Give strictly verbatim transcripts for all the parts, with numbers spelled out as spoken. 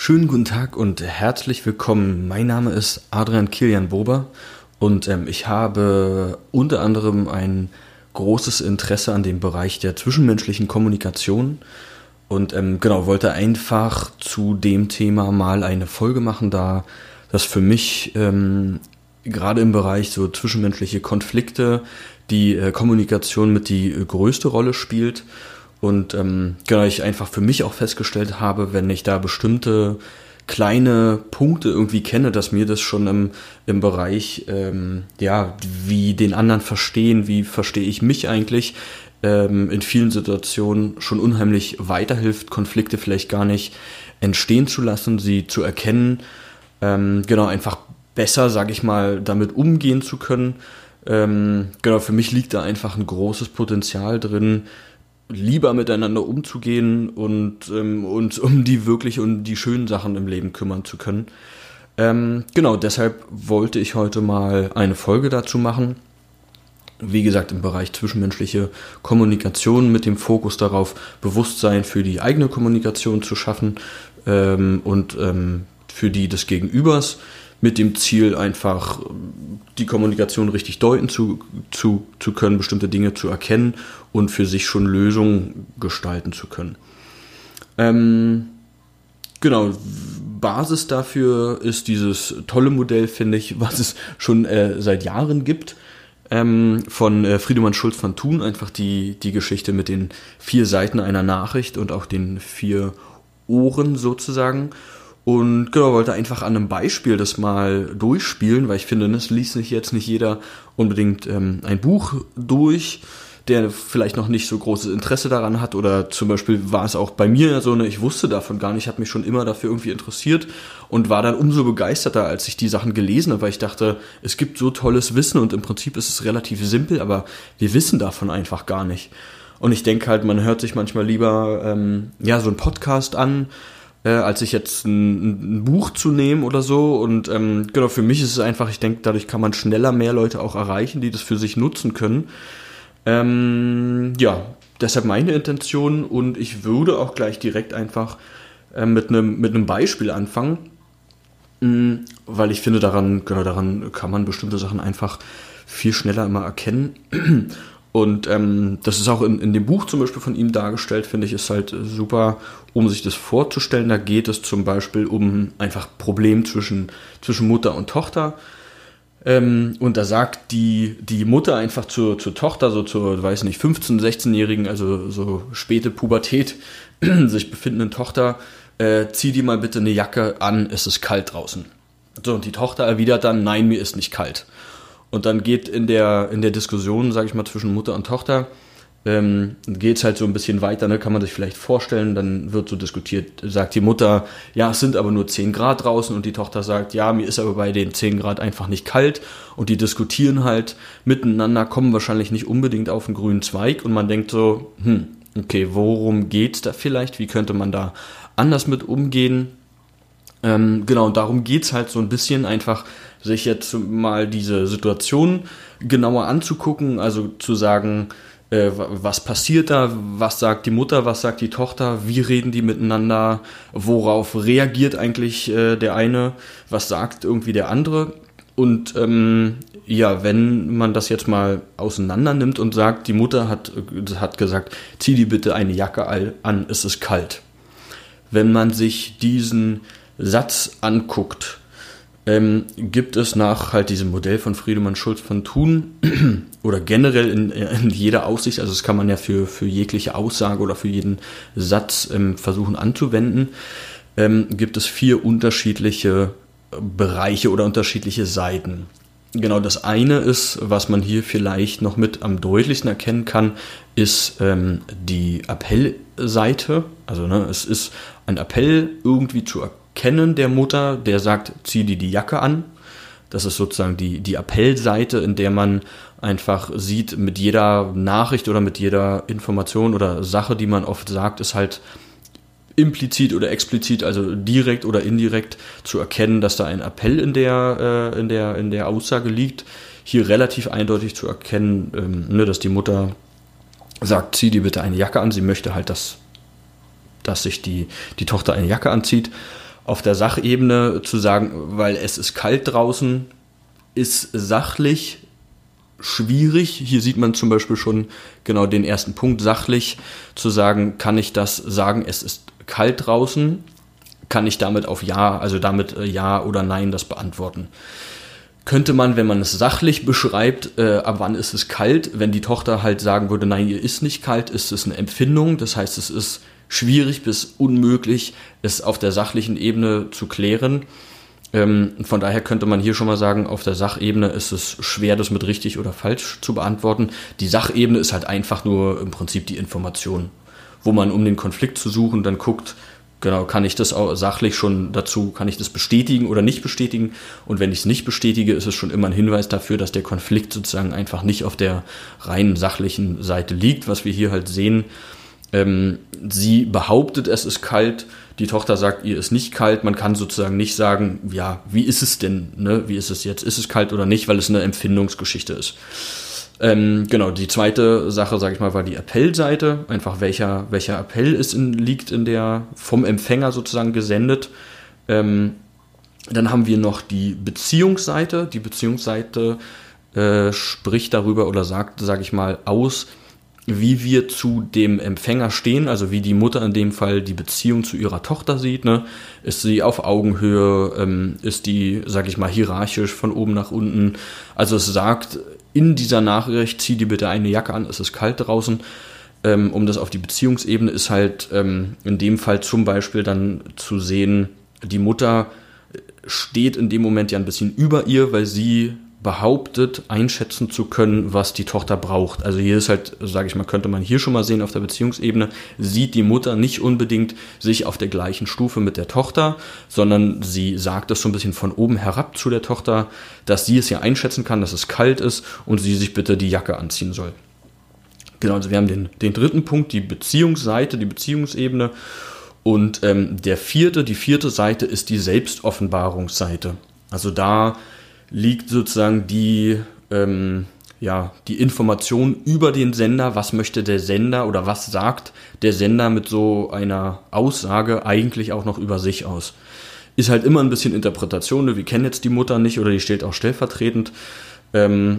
Schönen guten Tag und herzlich willkommen. Mein Name ist Adrian Kilian Bober und ähm, ich habe unter anderem ein großes Interesse an dem Bereich der zwischenmenschlichen Kommunikation und ähm, genau, wollte einfach zu dem Thema mal eine Folge machen, da das für mich ähm, gerade im Bereich so zwischenmenschliche Konflikte die äh, Kommunikation mit die äh, größte Rolle spielt. Und ähm, genau, ich einfach für mich auch festgestellt habe, wenn ich da bestimmte kleine Punkte irgendwie kenne, dass mir das schon im, im Bereich, ähm, ja, wie den anderen verstehen, wie verstehe ich mich eigentlich, ähm, in vielen Situationen schon unheimlich weiterhilft, Konflikte vielleicht gar nicht entstehen zu lassen, sie zu erkennen, ähm, genau, einfach besser, sage ich mal, damit umgehen zu können. Ähm, genau, für mich liegt da einfach ein großes Potenzial drin, lieber miteinander umzugehen und ähm, uns um die wirklich und die schönen Sachen im Leben kümmern zu können. Ähm, genau, deshalb wollte ich heute mal eine Folge dazu machen. Wie gesagt, im Bereich zwischenmenschliche Kommunikation mit dem Fokus darauf, Bewusstsein für die eigene Kommunikation zu schaffen ähm, und ähm, für die des Gegenübers, mit dem Ziel einfach die Kommunikation richtig deuten zu, zu, zu können, bestimmte Dinge zu erkennen und für sich schon Lösungen gestalten zu können. Ähm, genau, Basis dafür ist dieses tolle Modell, finde ich, was es schon äh, seit Jahren gibt, ähm, von äh, Friedemann Schulz von Thun, einfach die, die Geschichte mit den vier Seiten einer Nachricht und auch den vier Ohren sozusagen. Und genau, wollte einfach an einem Beispiel das mal durchspielen, weil ich finde, es liest nicht jetzt nicht jeder unbedingt ähm, ein Buch durch, der vielleicht noch nicht so großes Interesse daran hat, oder zum Beispiel war es auch bei mir so, ne, ich wusste davon gar nicht, habe mich schon immer dafür irgendwie interessiert und war dann umso begeisterter, als ich die Sachen gelesen habe, weil ich dachte, es gibt so tolles Wissen und im Prinzip ist es relativ simpel, aber wir wissen davon einfach gar nicht. Und ich denke halt, man hört sich manchmal lieber ähm, ja so einen Podcast an, Äh, als ich jetzt ein, ein Buch zu nehmen oder so. Und ähm, genau, für mich ist es einfach, ich denke, dadurch kann man schneller mehr Leute auch erreichen, die das für sich nutzen können. Ähm, ja, deshalb meine Intention, und ich würde auch gleich direkt einfach äh, mit einem mit einem Beispiel anfangen, mh, weil ich finde, daran, genau, daran kann man bestimmte Sachen einfach viel schneller immer erkennen. Und ähm, das ist auch in, in dem Buch zum Beispiel von ihm dargestellt, finde ich, ist halt super, um sich das vorzustellen. Da geht es zum Beispiel um einfach Problem zwischen, zwischen Mutter und Tochter. Ähm, und da sagt die, die Mutter einfach zur, zur Tochter, so zur, weiß nicht, fünfzehn-, sechzehnjährigen, also so späte Pubertät sich befindenden Tochter, äh, zieh dir mal bitte eine Jacke an, es ist kalt draußen. So, und die Tochter erwidert dann, nein, mir ist nicht kalt. Und dann geht in der, in der Diskussion, sage ich mal, zwischen Mutter und Tochter, ähm, geht es halt so ein bisschen weiter, ne? Kann man sich vielleicht vorstellen, dann wird so diskutiert, sagt die Mutter, ja, es sind aber nur zehn Grad draußen, und die Tochter sagt, ja, mir ist aber bei den zehn Grad einfach nicht kalt, und die diskutieren halt miteinander, kommen wahrscheinlich nicht unbedingt auf den grünen Zweig, und man denkt so, hm, okay, worum geht's da vielleicht, wie könnte man da anders mit umgehen? Ähm, genau, und darum geht's halt so ein bisschen, einfach sich jetzt mal diese Situation genauer anzugucken, also zu sagen, äh, was passiert da, was sagt die Mutter, was sagt die Tochter, wie reden die miteinander, worauf reagiert eigentlich äh, der eine, was sagt irgendwie der andere. Und ähm, ja, wenn man das jetzt mal auseinander nimmt und sagt, die Mutter hat, hat gesagt, zieh die bitte eine Jacke an, es ist kalt. Wenn man sich diesen Satz anguckt, ähm, gibt es nach halt diesem Modell von Friedemann Schulz von Thun oder generell in, in jeder Aussicht, also das kann man ja für, für jegliche Aussage oder für jeden Satz ähm, versuchen anzuwenden, ähm, gibt es vier unterschiedliche Bereiche oder unterschiedliche Seiten. Genau, das eine ist, was man hier vielleicht noch mit am deutlichsten erkennen kann, ist ähm, die Appellseite. Also ne, es ist ein Appell irgendwie zu erkennen der Mutter, der sagt, zieh dir die Jacke an. Das ist sozusagen die, die Appellseite, in der man einfach sieht, mit jeder Nachricht oder mit jeder Information oder Sache, die man oft sagt, ist halt implizit oder explizit, also direkt oder indirekt zu erkennen, dass da ein Appell in der, äh, in der, in der Aussage liegt. Hier relativ eindeutig zu erkennen, ähm, ne, dass die Mutter sagt, zieh dir bitte eine Jacke an. Sie möchte halt, dass, dass sich die, die Tochter eine Jacke anzieht. Auf der Sachebene zu sagen, weil es ist kalt draußen, ist sachlich schwierig. Hier sieht man zum Beispiel schon genau den ersten Punkt, sachlich zu sagen, kann ich das sagen, es ist kalt draußen, kann ich damit auf Ja, also damit äh, Ja oder Nein das beantworten. Könnte man, wenn man es sachlich beschreibt, äh, ab wann ist es kalt, wenn die Tochter halt sagen würde, nein, ihr ist nicht kalt, ist es eine Empfindung, das heißt, es ist schwierig bis unmöglich, es auf der sachlichen Ebene zu klären. Ähm, von daher könnte man hier schon mal sagen, auf der Sachebene ist es schwer, das mit richtig oder falsch zu beantworten. Die Sachebene ist halt einfach nur im Prinzip die Information, wo man, um den Konflikt zu suchen, dann guckt, genau, kann ich das auch sachlich schon dazu, kann ich das bestätigen oder nicht bestätigen? Und wenn ich es nicht bestätige, ist es schon immer ein Hinweis dafür, dass der Konflikt sozusagen einfach nicht auf der reinen sachlichen Seite liegt, was wir hier halt sehen. Ähm, sie behauptet, es ist kalt, die Tochter sagt, ihr ist nicht kalt. Man kann sozusagen nicht sagen, ja, wie ist es denn, ne? Wie ist es jetzt? Ist es kalt oder nicht? Weil es eine Empfindungsgeschichte ist. Ähm, genau, die zweite Sache, sage ich mal, war die Appellseite. Einfach welcher, welcher Appell ist in, liegt in der, vom Empfänger sozusagen gesendet. Ähm, dann haben wir noch die Beziehungsseite. Die Beziehungsseite äh, spricht darüber oder sagt, sage ich mal, aus, wie wir zu dem Empfänger stehen, also wie die Mutter in dem Fall die Beziehung zu ihrer Tochter sieht. Ne? Ist sie auf Augenhöhe? Ähm, ist die, sage ich mal, hierarchisch von oben nach unten? Also es sagt in dieser Nachricht, zieh dir bitte eine Jacke an, es ist kalt draußen. Ähm, um das auf die Beziehungsebene ist halt ähm, in dem Fall zum Beispiel dann zu sehen, die Mutter steht in dem Moment ja ein bisschen über ihr, weil sie behauptet, einschätzen zu können, was die Tochter braucht. Also hier ist halt, sage ich mal, könnte man hier schon mal sehen auf der Beziehungsebene, sieht die Mutter nicht unbedingt sich auf der gleichen Stufe mit der Tochter, sondern sie sagt es so ein bisschen von oben herab zu der Tochter, dass sie es ja einschätzen kann, dass es kalt ist und sie sich bitte die Jacke anziehen soll. Genau, also wir haben den, den dritten Punkt, die Beziehungsseite, die Beziehungsebene. Und ähm, der vierte, die vierte Seite ist die Selbstoffenbarungsseite. Also da liegt sozusagen die, ähm, ja, die Information über den Sender, was möchte der Sender oder was sagt der Sender mit so einer Aussage eigentlich auch noch über sich aus. Ist halt immer ein bisschen Interpretation, ne? Wir kennen jetzt die Mutter nicht oder die steht auch stellvertretend ähm,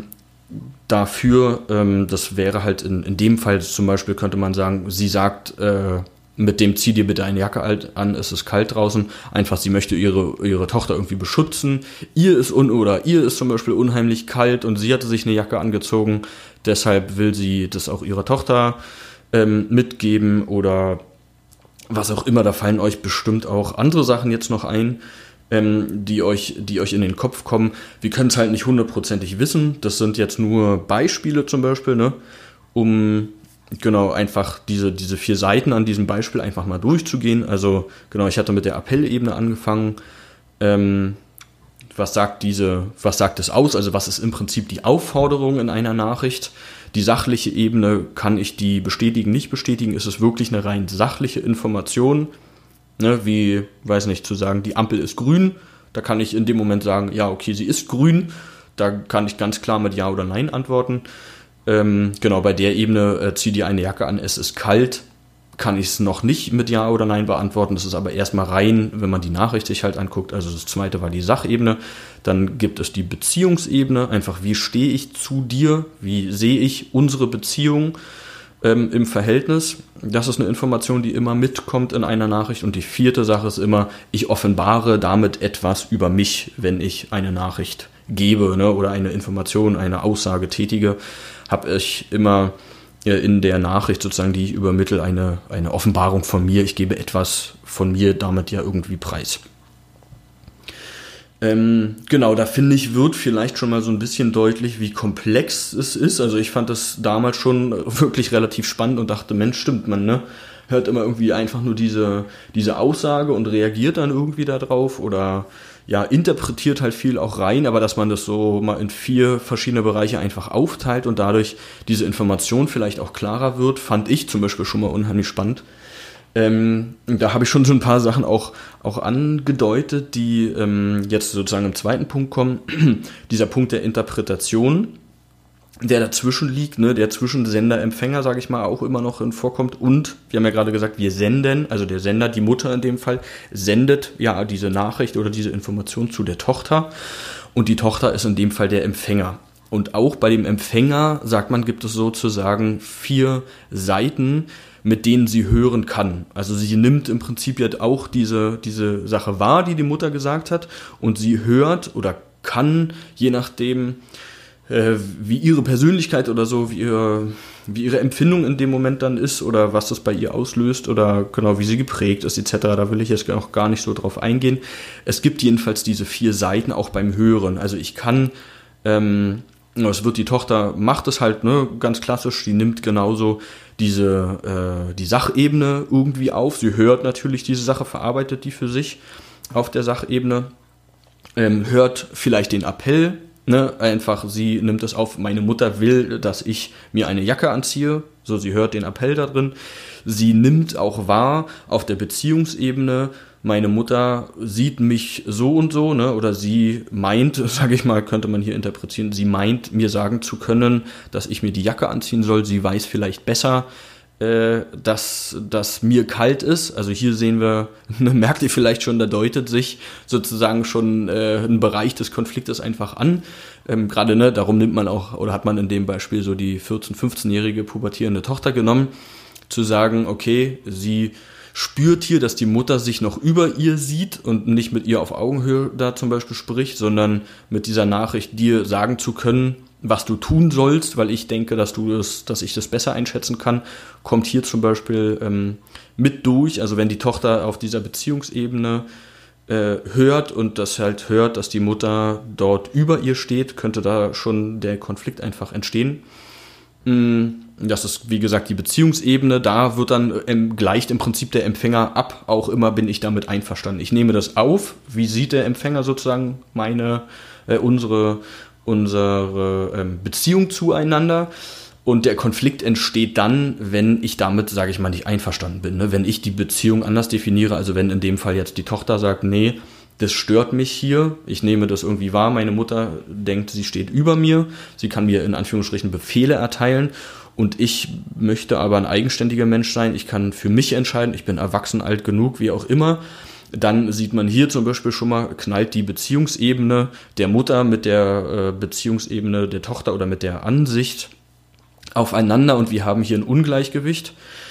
dafür. Ähm, das wäre halt in, in dem Fall zum Beispiel, könnte man sagen, sie sagt, äh, mit dem zieh dir bitte eine Jacke an, es ist kalt draußen. Einfach, sie möchte ihre, ihre Tochter irgendwie beschützen. Ihr ist un oder ihr ist zum Beispiel unheimlich kalt und sie hatte sich eine Jacke angezogen. Deshalb will sie das auch ihrer Tochter ähm, mitgeben oder was auch immer. Da fallen euch bestimmt auch andere Sachen jetzt noch ein, ähm, die euch, die euch in den Kopf kommen. Wir können es halt nicht hundertprozentig wissen. Das sind jetzt nur Beispiele zum Beispiel, ne, um genau, einfach diese, diese vier Seiten an diesem Beispiel einfach mal durchzugehen. Also genau, ich hatte mit der Appellebene angefangen. Ähm, was sagt diese, was sagt es aus? Also was ist im Prinzip die Aufforderung in einer Nachricht? Die sachliche Ebene, kann ich die bestätigen, nicht bestätigen? Ist es wirklich eine rein sachliche Information? Ne, wie, weiß nicht, zu sagen, die Ampel ist grün. Da kann ich in dem Moment sagen, ja, okay, sie ist grün. Da kann ich ganz klar mit Ja oder Nein antworten. Ähm, genau, bei der Ebene, äh, zieh dir eine Jacke an, es ist kalt, kann ich es noch nicht mit Ja oder Nein beantworten. Das ist aber erstmal rein, wenn man die Nachricht sich halt anguckt. Also das zweite war die Sachebene. Dann gibt es die Beziehungsebene. Einfach, wie stehe ich zu dir? Wie sehe ich unsere Beziehung ähm, im Verhältnis? Das ist eine Information, die immer mitkommt in einer Nachricht. Und die vierte Sache ist immer, ich offenbare damit etwas über mich, wenn ich eine Nachricht gebe, ne, oder eine Information, eine Aussage tätige, habe ich immer in der Nachricht sozusagen, die ich übermittle, eine, eine Offenbarung von mir. Ich gebe etwas von mir damit ja irgendwie preis. Ähm, genau, da finde ich, wird vielleicht schon mal so ein bisschen deutlich, wie komplex es ist. Also ich fand das damals schon wirklich relativ spannend und dachte, Mensch, stimmt, man, ne? Hört immer irgendwie einfach nur diese, diese Aussage und reagiert dann irgendwie darauf oder ja, interpretiert halt viel auch rein, aber dass man das so mal in vier verschiedene Bereiche einfach aufteilt und dadurch diese Information vielleicht auch klarer wird, fand ich zum Beispiel schon mal unheimlich spannend. Ähm, da habe ich schon so ein paar Sachen auch, auch angedeutet, die ähm, jetzt sozusagen im zweiten Punkt kommen. Dieser Punkt der Interpretation. der dazwischen liegt, ne, der zwischen Sender-Empfänger, sage ich mal, auch immer noch vorkommt. Und wir haben ja gerade gesagt, wir senden, also der Sender, die Mutter in dem Fall, sendet ja diese Nachricht oder diese Information zu der Tochter. Und die Tochter ist in dem Fall der Empfänger. Und auch bei dem Empfänger, sagt man, gibt es sozusagen vier Seiten, mit denen sie hören kann. Also sie nimmt im Prinzip jetzt auch diese, diese Sache wahr, die die Mutter gesagt hat. Und sie hört oder kann, je nachdem, wie ihre Persönlichkeit oder so, wie ihre, wie ihre Empfindung in dem Moment dann ist oder was das bei ihr auslöst oder genau wie sie geprägt ist et cetera. Da will ich jetzt auch gar nicht so drauf eingehen. Es gibt jedenfalls diese vier Seiten auch beim Hören. Also ich kann, ähm, es wird die Tochter, macht es halt ne, ganz klassisch, die nimmt genauso diese äh, die Sachebene irgendwie auf. Sie hört natürlich diese Sache, verarbeitet die für sich auf der Sachebene, ähm, hört vielleicht den Appell. Ne, einfach, sie nimmt es auf, meine Mutter will, dass ich mir eine Jacke anziehe, so sie hört den Appell da drin. Sie nimmt auch wahr auf der Beziehungsebene, meine Mutter sieht mich so und so, ne, oder sie meint, sage ich mal, könnte man hier interpretieren, sie meint, mir sagen zu können, dass ich mir die Jacke anziehen soll, sie weiß vielleicht besser, äh, dass, dass mir kalt ist. Also hier sehen wir, ne, merkt ihr vielleicht schon, da deutet sich sozusagen schon äh, ein Bereich des Konfliktes einfach an. Ähm, gerade, ne, darum nimmt man auch, oder hat man in dem Beispiel so die vierzehn-, fünfzehnjährige pubertierende Tochter genommen, zu sagen, okay, sie spürt hier, dass die Mutter sich noch über ihr sieht und nicht mit ihr auf Augenhöhe da zum Beispiel spricht, sondern mit dieser Nachricht dir sagen zu können, was du tun sollst, weil ich denke, dass du das, dass ich das besser einschätzen kann, kommt hier zum Beispiel ähm, mit durch. Also wenn die Tochter auf dieser Beziehungsebene äh, hört und das halt hört, dass die Mutter dort über ihr steht, könnte da schon der Konflikt einfach entstehen. Das ist, wie gesagt, die Beziehungsebene. Da wird dann ähm, gleicht im Prinzip der Empfänger ab. Auch immer bin ich damit einverstanden. Ich nehme das auf. Wie sieht der Empfänger sozusagen meine, äh, unsere, unsere ähm, Beziehung zueinander? Und der Konflikt entsteht dann, wenn ich damit, sage ich mal, nicht einverstanden bin. Ne? Wenn ich die Beziehung anders definiere, also wenn in dem Fall jetzt die Tochter sagt, nee, das stört mich hier, ich nehme das irgendwie wahr, meine Mutter denkt, sie steht über mir, sie kann mir in Anführungsstrichen Befehle erteilen und ich möchte aber ein eigenständiger Mensch sein, ich kann für mich entscheiden, ich bin erwachsen, alt genug, wie auch immer. Dann sieht man hier zum Beispiel schon mal, knallt die Beziehungsebene der Mutter mit der äh, Beziehungsebene der Tochter oder mit der Ansicht aufeinander und wir haben hier ein Ungleichgewicht.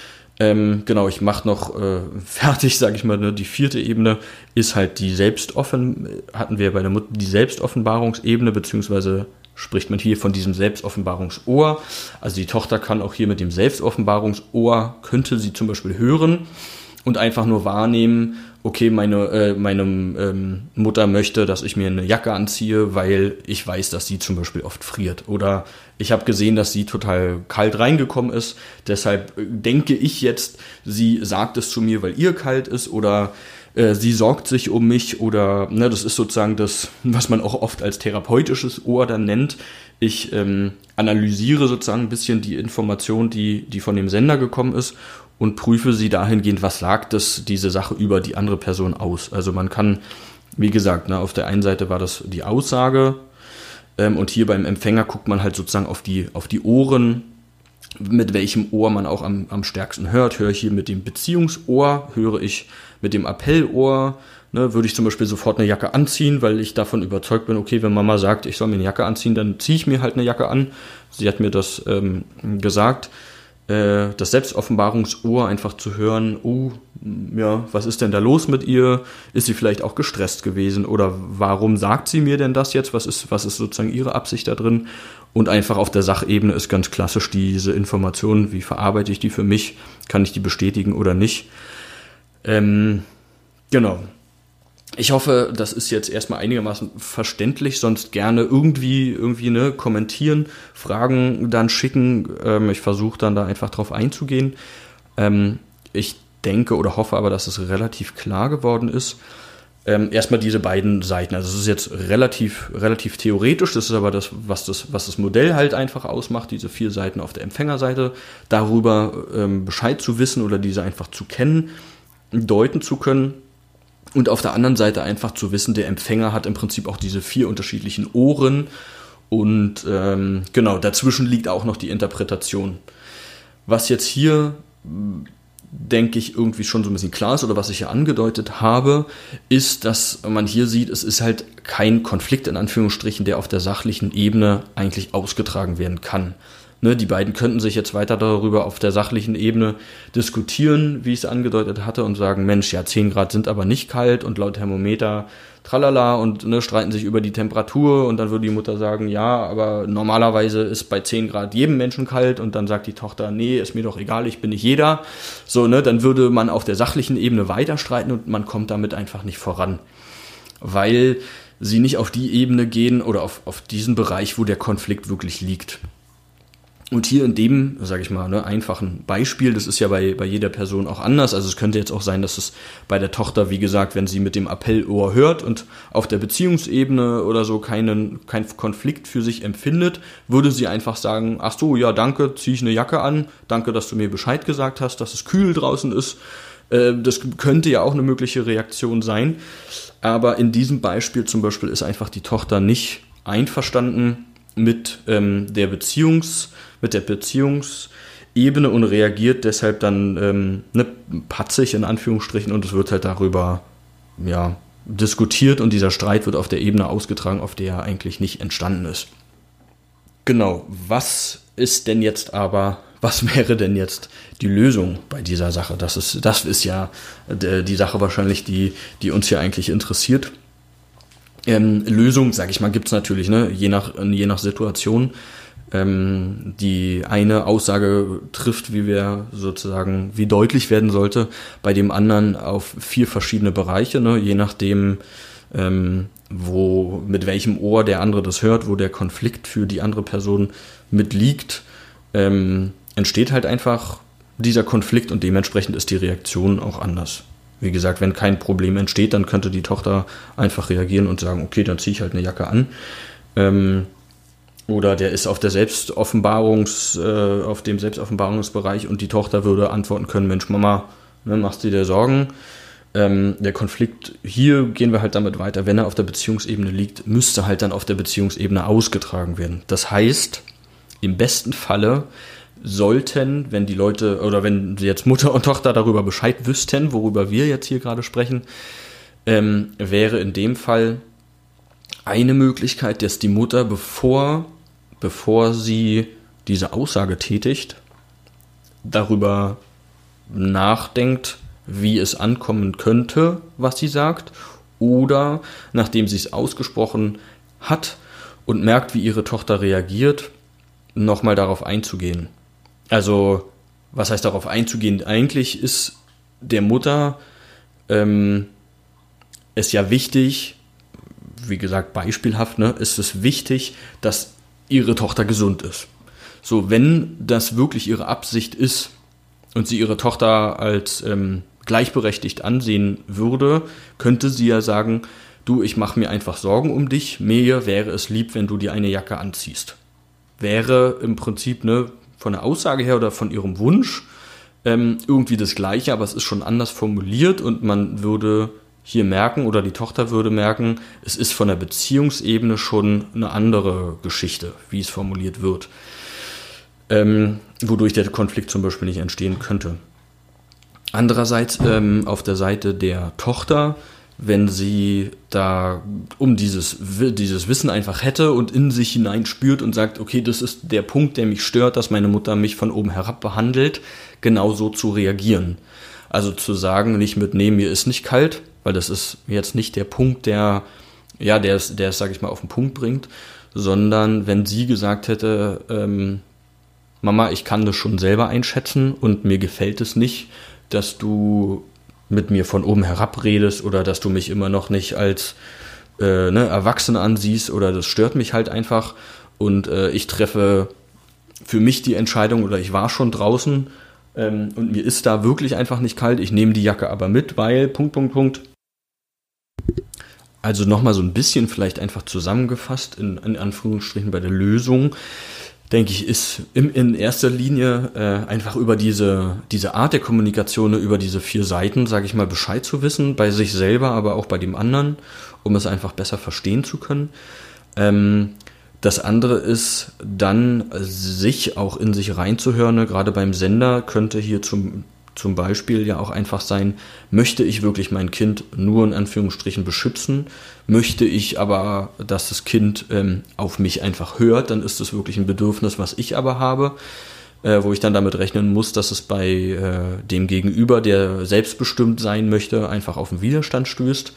Ähm, genau, ich mache noch äh, fertig, sage ich mal, ne, die vierte Ebene ist halt die Selbstoffen, hatten wir bei der Mutter die Selbstoffenbarungsebene, beziehungsweise spricht man hier von diesem Selbstoffenbarungsohr. Also die Tochter kann auch hier mit dem Selbstoffenbarungsohr, könnte sie zum Beispiel hören und einfach nur wahrnehmen, okay, meine, äh, meine ähm, Mutter möchte, dass ich mir eine Jacke anziehe, weil ich weiß, dass sie zum Beispiel oft friert. Oder ich habe gesehen, dass sie total kalt reingekommen ist. Deshalb denke ich jetzt, sie sagt es zu mir, weil ihr kalt ist. Oder äh, sie sorgt sich um mich. Oder ne, das ist sozusagen das, was man auch oft als therapeutisches Ohr dann nennt. Ich ähm, analysiere sozusagen ein bisschen die Information, die, die von dem Sender gekommen ist und prüfe sie dahingehend, was sagt das, diese Sache über die andere Person aus. Also man kann, wie gesagt, ne, auf der einen Seite war das die Aussage ähm, und hier beim Empfänger guckt man halt sozusagen auf die, auf die Ohren, mit welchem Ohr man auch am, am stärksten hört. Höre ich hier mit dem Beziehungsohr, höre ich mit dem Appellohr, ne, würde ich zum Beispiel sofort eine Jacke anziehen, weil ich davon überzeugt bin, okay, wenn Mama sagt, ich soll mir eine Jacke anziehen, dann ziehe ich mir halt eine Jacke an. Sie hat mir das ähm, gesagt. Das Selbstoffenbarungsohr einfach zu hören, oh, ja, was ist denn da los mit ihr? Ist sie vielleicht auch gestresst gewesen? Oder warum sagt sie mir denn das jetzt? Was ist, was ist sozusagen ihre Absicht da drin? Und einfach auf der Sachebene ist ganz klassisch diese Information, wie verarbeite ich die für mich? Kann ich die bestätigen oder nicht? Ähm, genau. Ich hoffe, das ist jetzt erstmal einigermaßen verständlich, sonst gerne irgendwie irgendwie ne kommentieren, Fragen dann schicken. Ähm, ich versuche dann da einfach drauf einzugehen. Ähm, ich denke oder hoffe aber, dass es relativ klar geworden ist. Ähm, erstmal diese beiden Seiten. Also es ist jetzt relativ relativ theoretisch. Das ist aber das, was das was das Modell halt einfach ausmacht. Diese vier Seiten auf der Empfängerseite, darüber ähm, Bescheid zu wissen oder diese einfach zu kennen, deuten zu können. Und auf der anderen Seite einfach zu wissen, der Empfänger hat im Prinzip auch diese vier unterschiedlichen Ohren Und ähm, genau, dazwischen liegt auch noch die Interpretation. Was jetzt hier, denke ich, irgendwie schon so ein bisschen klar ist oder was ich ja angedeutet habe, ist, dass man hier sieht, es ist halt kein Konflikt in Anführungsstrichen, der auf der sachlichen Ebene eigentlich ausgetragen werden kann. Ne, die beiden könnten sich jetzt weiter darüber auf der sachlichen Ebene diskutieren, wie ich es angedeutet hatte, und sagen, Mensch, ja, zehn Grad sind aber nicht kalt und laut Thermometer tralala und ne, streiten sich über die Temperatur, und dann würde die Mutter sagen, ja, aber normalerweise ist bei zehn Grad jedem Menschen kalt, und dann sagt die Tochter, nee, ist mir doch egal, ich bin nicht jeder. So, ne, dann würde man auf der sachlichen Ebene weiter streiten und man kommt damit einfach nicht voran, weil sie nicht auf die Ebene gehen oder auf, auf diesen Bereich, wo der Konflikt wirklich liegt. Und hier in dem, sage ich mal, ne, einfachen Beispiel, das ist ja bei, bei jeder Person auch anders, also es könnte jetzt auch sein, dass es bei der Tochter, wie gesagt, wenn sie mit dem Appellohr hört und auf der Beziehungsebene oder so keinen kein Konflikt für sich empfindet, würde sie einfach sagen, ach so, ja, danke, ziehe ich eine Jacke an, danke, dass du mir Bescheid gesagt hast, dass es kühl draußen ist. Äh, das könnte ja auch eine mögliche Reaktion sein, aber in diesem Beispiel zum Beispiel ist einfach die Tochter nicht einverstanden mit ähm, der Beziehungs- mit der Beziehungsebene und reagiert deshalb dann ähm, ne, patzig in Anführungsstrichen, und es wird halt darüber ja, diskutiert und dieser Streit wird auf der Ebene ausgetragen, auf der er eigentlich nicht entstanden ist. Genau, was ist denn jetzt aber, was wäre denn jetzt die Lösung bei dieser Sache? Das ist, das ist ja äh, die Sache wahrscheinlich, die, die uns hier eigentlich interessiert. Ähm, Lösung, sage ich mal, gibt es natürlich, ne, je nach, je nach Situation. Ähm, die eine Aussage trifft, wie wir sozusagen, wie deutlich werden sollte, bei dem anderen auf vier verschiedene Bereiche, ne, je nachdem, ähm, wo, mit welchem Ohr der andere das hört, wo der Konflikt für die andere Person mitliegt, ähm, entsteht halt einfach dieser Konflikt und dementsprechend ist die Reaktion auch anders. Wie gesagt, wenn kein Problem entsteht, dann könnte die Tochter einfach reagieren und sagen, okay, dann ziehe ich halt eine Jacke an. Ähm, oder der ist auf der Selbstoffenbarungs, äh, auf dem Selbstoffenbarungsbereich und die Tochter würde antworten können, Mensch, Mama, ne, machst du dir Sorgen? Ähm, der Konflikt, hier gehen wir halt damit weiter, wenn er auf der Beziehungsebene liegt, müsste halt dann auf der Beziehungsebene ausgetragen werden. Das heißt, im besten Falle sollten, wenn die Leute oder wenn jetzt Mutter und Tochter darüber Bescheid wüssten, worüber wir jetzt hier gerade sprechen, ähm, wäre in dem Fall eine Möglichkeit, dass die Mutter, bevor, bevor sie diese Aussage tätigt, darüber nachdenkt, wie es ankommen könnte, was sie sagt, oder nachdem sie es ausgesprochen hat und merkt, wie ihre Tochter reagiert, nochmal darauf einzugehen. Also, was heißt darauf einzugehen? Eigentlich ist der Mutter ähm, es ja wichtig, wie gesagt, beispielhaft, ne, ist es wichtig, dass ihre Tochter gesund ist. So, wenn das wirklich ihre Absicht ist und sie ihre Tochter als ähm, gleichberechtigt ansehen würde, könnte sie ja sagen, du, ich mache mir einfach Sorgen um dich, mir wäre es lieb, wenn du dir eine Jacke anziehst. Wäre im Prinzip, ne, von der Aussage her oder von ihrem Wunsch ähm, irgendwie das Gleiche, aber es ist schon anders formuliert und man würde hier merken oder die Tochter würde merken, es ist von der Beziehungsebene schon eine andere Geschichte, wie es formuliert wird, ähm, wodurch der Konflikt zum Beispiel nicht entstehen könnte. Andererseits ähm, auf der Seite der Tochter, wenn sie da um dieses, dieses Wissen einfach hätte und in sich hinein spürt und sagt, okay, das ist der Punkt, der mich stört, dass meine Mutter mich von oben herab behandelt, genauso zu reagieren. Also zu sagen, nicht mit, nee, mir ist nicht kalt, weil das ist jetzt nicht der Punkt, der, ja, der es, der es, sag ich mal, auf den Punkt bringt, sondern wenn sie gesagt hätte, ähm, Mama, ich kann das schon selber einschätzen und mir gefällt es nicht, dass du mit mir von oben herab redest oder dass du mich immer noch nicht als äh, ne, Erwachsene ansiehst oder das stört mich halt einfach und äh, ich treffe für mich die Entscheidung oder ich war schon draußen ähm, und mir ist da wirklich einfach nicht kalt, ich nehme die Jacke aber mit, weil Punkt, Punkt, Punkt. Also nochmal so ein bisschen vielleicht einfach zusammengefasst in, in Anführungsstrichen bei der Lösung, denke ich, ist in, in erster Linie äh, einfach über diese, diese Art der Kommunikation, über diese vier Seiten, sage ich mal, Bescheid zu wissen, bei sich selber, aber auch bei dem anderen, um es einfach besser verstehen zu können. Ähm, Das andere ist dann, sich auch in sich reinzuhören. Ne? Gerade beim Sender könnte hier zum, zum Beispiel ja auch einfach sein, möchte ich wirklich mein Kind nur in Anführungsstrichen beschützen? Möchte ich aber, dass das Kind ähm, auf mich einfach hört? Dann ist das wirklich ein Bedürfnis, was ich aber habe, äh, wo ich dann damit rechnen muss, dass es bei äh, dem Gegenüber, der selbstbestimmt sein möchte, einfach auf einen Widerstand stößt.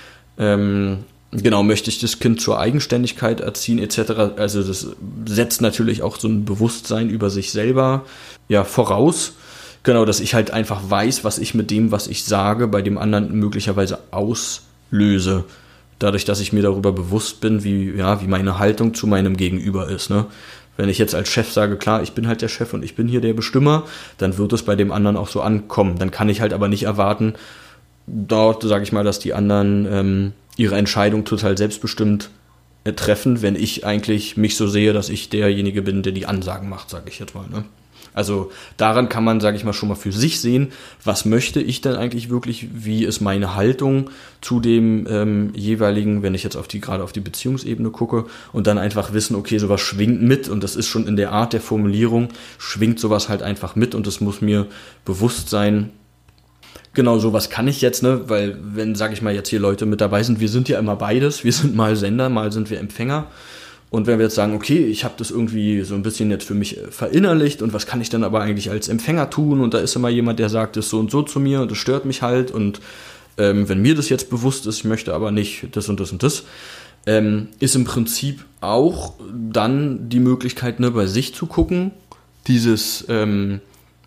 Ähm, Genau, möchte ich das Kind zur Eigenständigkeit erziehen et cetera. Also das setzt natürlich auch so ein Bewusstsein über sich selber ja voraus. Genau, dass ich halt einfach weiß, was ich mit dem, was ich sage, bei dem anderen möglicherweise auslöse. Dadurch, dass ich mir darüber bewusst bin, wie, ja, wie meine Haltung zu meinem Gegenüber ist. Ne? Wenn ich jetzt als Chef sage, klar, ich bin halt der Chef und ich bin hier der Bestimmer, dann wird es bei dem anderen auch so ankommen. Dann kann ich halt aber nicht erwarten, dort, sage ich mal, dass die anderen ähm, ihre Entscheidung total selbstbestimmt äh, treffen, wenn ich eigentlich mich so sehe, dass ich derjenige bin, der die Ansagen macht, sage ich jetzt mal. Ne? Also daran kann man, sage ich mal, schon mal für sich sehen, was möchte ich denn eigentlich wirklich, wie ist meine Haltung zu dem ähm, jeweiligen, wenn ich jetzt auf die gerade auf die Beziehungsebene gucke und dann einfach wissen, okay, sowas schwingt mit und das ist schon in der Art der Formulierung, schwingt sowas halt einfach mit und es muss mir bewusst sein. Genau, sowas kann ich jetzt, ne, weil wenn, sage ich mal, jetzt hier Leute mit dabei sind, wir sind ja immer beides, wir sind mal Sender, mal sind wir Empfänger und wenn wir jetzt sagen, okay, ich habe das irgendwie so ein bisschen jetzt für mich verinnerlicht und was kann ich dann aber eigentlich als Empfänger tun und da ist immer jemand, der sagt das so und so zu mir und das stört mich halt und ähm, wenn mir das jetzt bewusst ist, ich möchte aber nicht das und das und das, ähm, ist im Prinzip auch dann die Möglichkeit, ne, bei sich zu gucken, dieses, ähm,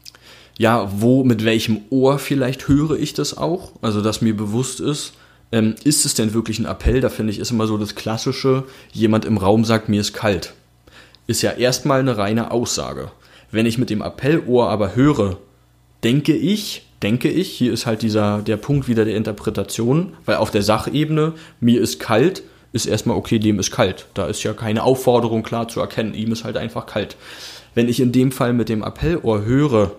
ja, wo, mit welchem Ohr vielleicht höre ich das auch, also dass mir bewusst ist, ähm, ist es denn wirklich ein Appell, da finde ich, ist immer so das Klassische, jemand im Raum sagt, mir ist kalt, ist ja erstmal eine reine Aussage. Wenn ich mit dem Appellohr aber höre, denke ich, denke ich, hier ist halt dieser, der Punkt wieder der Interpretation, weil auf der Sachebene, mir ist kalt, ist erstmal okay, dem ist kalt, da ist ja keine Aufforderung klar zu erkennen, ihm ist halt einfach kalt. Wenn ich in dem Fall mit dem Appellohr höre,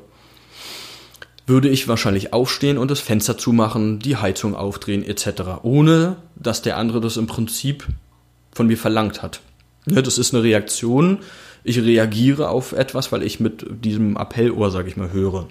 würde ich wahrscheinlich aufstehen und das Fenster zumachen, die Heizung aufdrehen et cetera, ohne dass der andere das im Prinzip von mir verlangt hat. Ja, das ist eine Reaktion, ich reagiere auf etwas, weil ich mit diesem Appellohr, sage ich mal, höre.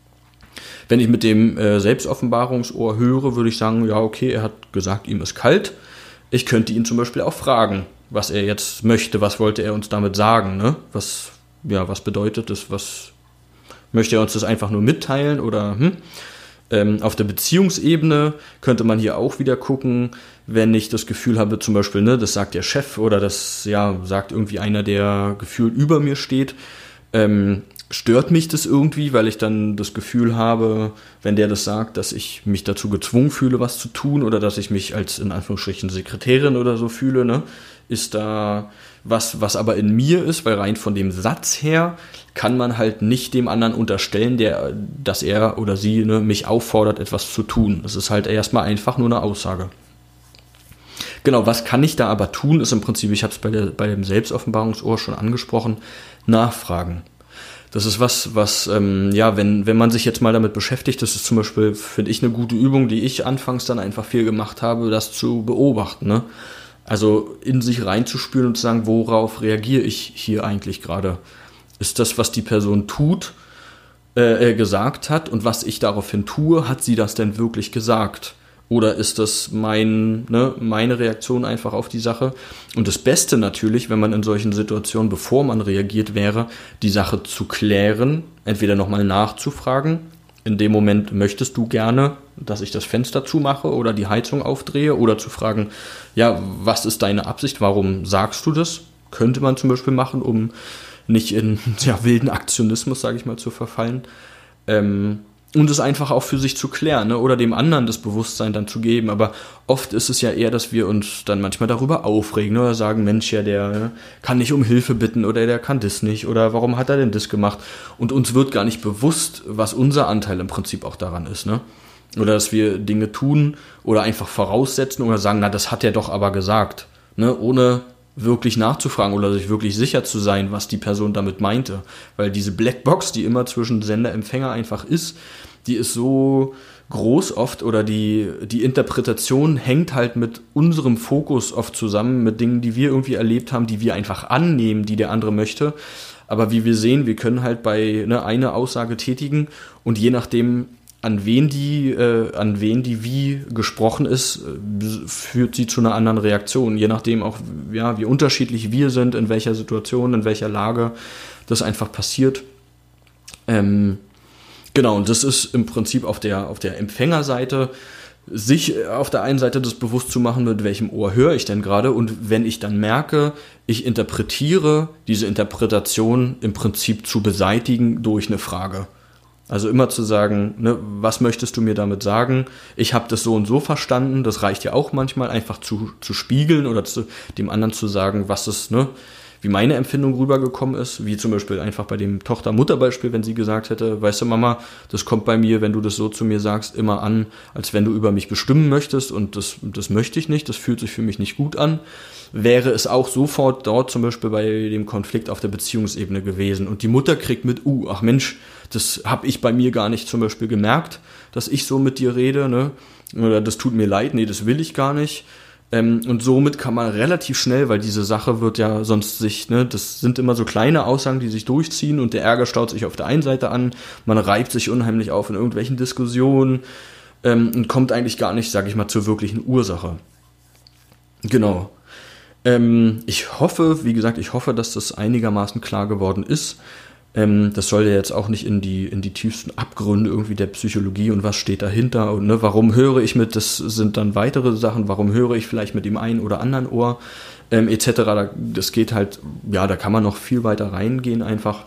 Wenn ich mit dem äh, Selbstoffenbarungsohr höre, würde ich sagen, ja okay, er hat gesagt, ihm ist kalt. Ich könnte ihn zum Beispiel auch fragen, was er jetzt möchte, was wollte er uns damit sagen, ne? Was, ja, was bedeutet das, was möchte er uns das einfach nur mitteilen oder hm? ähm, auf der Beziehungsebene könnte man hier auch wieder gucken, wenn ich das Gefühl habe, zum Beispiel, ne, das sagt der Chef oder das ja sagt irgendwie einer, der gefühlt über mir steht, ähm, stört mich das irgendwie, weil ich dann das Gefühl habe, wenn der das sagt, dass ich mich dazu gezwungen fühle, was zu tun oder dass ich mich als in Anführungsstrichen Sekretärin oder so fühle, ne, ist da was, was aber in mir ist, weil rein von dem Satz her kann man halt nicht dem anderen unterstellen, der, dass er oder sie, ne, mich auffordert, etwas zu tun. Das ist halt erstmal einfach nur eine Aussage. Genau, was kann ich da aber tun, ist im Prinzip, ich habe es bei, der, bei dem Selbstoffenbarungsohr schon angesprochen, nachfragen. Das ist was, was, ähm, ja, wenn, wenn man sich jetzt mal damit beschäftigt, das ist zum Beispiel, finde ich, eine gute Übung, die ich anfangs dann einfach viel gemacht habe, das zu beobachten, ne? Also in sich reinzuspüren und zu sagen, worauf reagiere ich hier eigentlich gerade? Ist das, was die Person tut, äh, gesagt hat und was ich daraufhin tue, hat sie das denn wirklich gesagt? Oder ist das mein, ne, meine Reaktion einfach auf die Sache? Und das Beste natürlich, wenn man in solchen Situationen, bevor man reagiert, wäre, die Sache zu klären, entweder nochmal nachzufragen. In dem Moment möchtest du gerne, dass ich das Fenster zumache oder die Heizung aufdrehe oder zu fragen, ja, was ist deine Absicht, warum sagst du das? Könnte man zum Beispiel machen, um nicht in ja, wilden Aktionismus, sage ich mal, zu verfallen. Ähm, und es einfach auch für sich zu klären, ne? Oder dem anderen das Bewusstsein dann zu geben. Aber oft ist es ja eher, dass wir uns dann manchmal darüber aufregen, ne? Oder sagen, Mensch, ja, der ne, kann nicht um Hilfe bitten oder der kann das nicht oder warum hat er denn das gemacht? Und uns wird gar nicht bewusst, was unser Anteil im Prinzip auch daran ist, ne? Oder dass wir Dinge tun oder einfach voraussetzen oder sagen, na, das hat er doch aber gesagt, ne? Ohne wirklich nachzufragen oder sich wirklich sicher zu sein, was die Person damit meinte. Weil diese Blackbox, die immer zwischen Sender und Empfänger einfach ist, die ist so groß oft oder die, die Interpretation hängt halt mit unserem Fokus oft zusammen, mit Dingen, die wir irgendwie erlebt haben, die wir einfach annehmen, die der andere möchte. Aber wie wir sehen, wir können halt bei ne, eine Aussage tätigen und je nachdem, an wen die, äh, an wen die wie gesprochen ist, äh, führt sie zu einer anderen Reaktion. Je nachdem auch, ja, wie unterschiedlich wir sind, in welcher Situation, in welcher Lage das einfach passiert. Ähm, genau, und das ist im Prinzip auf der, auf der Empfängerseite, sich auf der einen Seite das bewusst zu machen, mit welchem Ohr höre ich denn gerade, und wenn ich dann merke, ich interpretiere, diese Interpretation im Prinzip zu beseitigen durch eine Frage. Also immer zu sagen, ne, was möchtest du mir damit sagen? Ich habe das so und so verstanden. Das reicht ja auch manchmal, einfach zu, zu spiegeln oder zu, dem anderen zu sagen, was es, ne, wie meine Empfindung rübergekommen ist. Wie zum Beispiel einfach bei dem Tochter-Mutter-Beispiel, wenn sie gesagt hätte, weißt du Mama, das kommt bei mir, wenn du das so zu mir sagst, immer an, als wenn du über mich bestimmen möchtest, und das, das möchte ich nicht, das fühlt sich für mich nicht gut an. Wäre es auch sofort dort zum Beispiel bei dem Konflikt auf der Beziehungsebene gewesen. Und die Mutter kriegt mit, uh, ach Mensch, das habe ich bei mir gar nicht zum Beispiel gemerkt, dass ich so mit dir rede, ne? Oder das tut mir leid, nee, das will ich gar nicht. Ähm, und somit kann man relativ schnell, weil diese Sache wird ja sonst sich, ne, das sind immer so kleine Aussagen, die sich durchziehen und der Ärger staut sich auf der einen Seite an, man reibt sich unheimlich auf in irgendwelchen Diskussionen ähm, und kommt eigentlich gar nicht, sag ich mal, zur wirklichen Ursache. Genau. Ähm, ich hoffe, wie gesagt, ich hoffe, dass das einigermaßen klar geworden ist. Ähm, das soll ja jetzt auch nicht in die, in die tiefsten Abgründe irgendwie der Psychologie und was steht dahinter und ne, warum höre ich mit, das sind dann weitere Sachen, warum höre ich vielleicht mit dem einen oder anderen Ohr, ähm, et cetera. Das geht halt, ja, da kann man noch viel weiter reingehen einfach.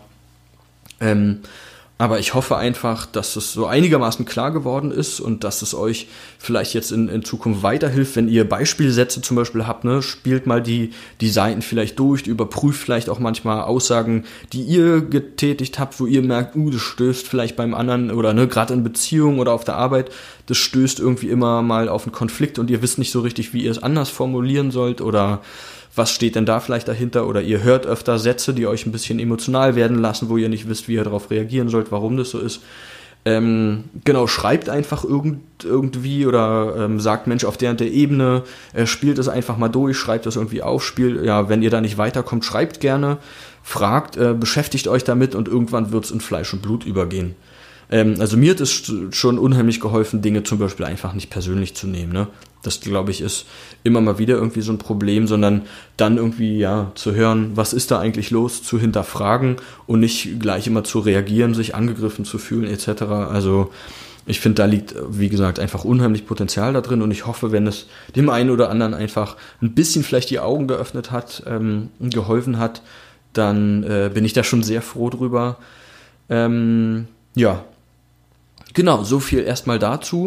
Ähm, aber ich hoffe einfach, dass es so einigermaßen klar geworden ist und dass es euch vielleicht jetzt in, in Zukunft weiterhilft, wenn ihr Beispielsätze zum Beispiel habt, ne, spielt mal die, die Seiten vielleicht durch, überprüft vielleicht auch manchmal Aussagen, die ihr getätigt habt, wo ihr merkt, uh, das stößt vielleicht beim anderen oder ne, gerade in Beziehungen oder auf der Arbeit, das stößt irgendwie immer mal auf einen Konflikt und ihr wisst nicht so richtig, wie ihr es anders formulieren sollt oder was steht denn da vielleicht dahinter, oder ihr hört öfter Sätze, die euch ein bisschen emotional werden lassen, wo ihr nicht wisst, wie ihr darauf reagieren sollt, warum das so ist. Ähm, genau, schreibt einfach irgend, irgendwie oder ähm, sagt, Mensch, auf der und der Ebene, äh, spielt es einfach mal durch, schreibt das irgendwie auf, spielt, ja, wenn ihr da nicht weiterkommt, schreibt gerne, fragt, äh, beschäftigt euch damit und irgendwann wird es in Fleisch und Blut übergehen. Ähm, also mir hat es schon unheimlich geholfen, Dinge zum Beispiel einfach nicht persönlich zu nehmen, ne? Das, glaube ich, ist immer mal wieder irgendwie so ein Problem, sondern dann irgendwie, ja, zu hören, was ist da eigentlich los, zu hinterfragen und nicht gleich immer zu reagieren, sich angegriffen zu fühlen, et cetera. Also ich finde, da liegt, wie gesagt, einfach unheimlich Potenzial da drin und ich hoffe, wenn es dem einen oder anderen einfach ein bisschen vielleicht die Augen geöffnet hat, ähm, geholfen hat, dann äh, bin ich da schon sehr froh drüber. Ähm, ja, genau, so viel erstmal dazu.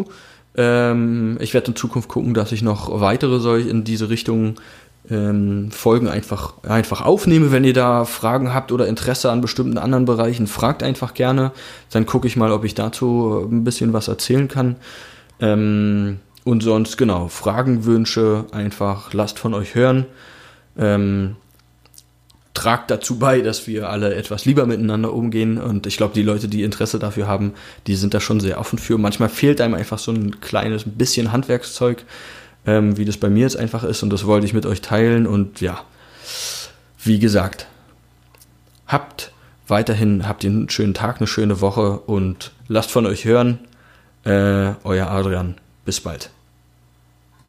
Ähm, ich werde in Zukunft gucken, dass ich noch weitere solche in diese Richtung ähm, Folgen einfach, einfach aufnehme. Wenn ihr da Fragen habt oder Interesse an bestimmten anderen Bereichen, fragt einfach gerne. Dann gucke ich mal, ob ich dazu ein bisschen was erzählen kann. Ähm, und sonst, genau, Fragen, Wünsche, einfach lasst von euch hören. Ähm, tragt dazu bei, dass wir alle etwas lieber miteinander umgehen und ich glaube, die Leute, die Interesse dafür haben, die sind da schon sehr offen für. Manchmal fehlt einem einfach so ein kleines bisschen Handwerkszeug, ähm, wie das bei mir jetzt einfach ist und das wollte ich mit euch teilen und ja, wie gesagt, habt weiterhin, habt ihr einen schönen Tag, eine schöne Woche und lasst von euch hören. Äh, euer Adrian, bis bald.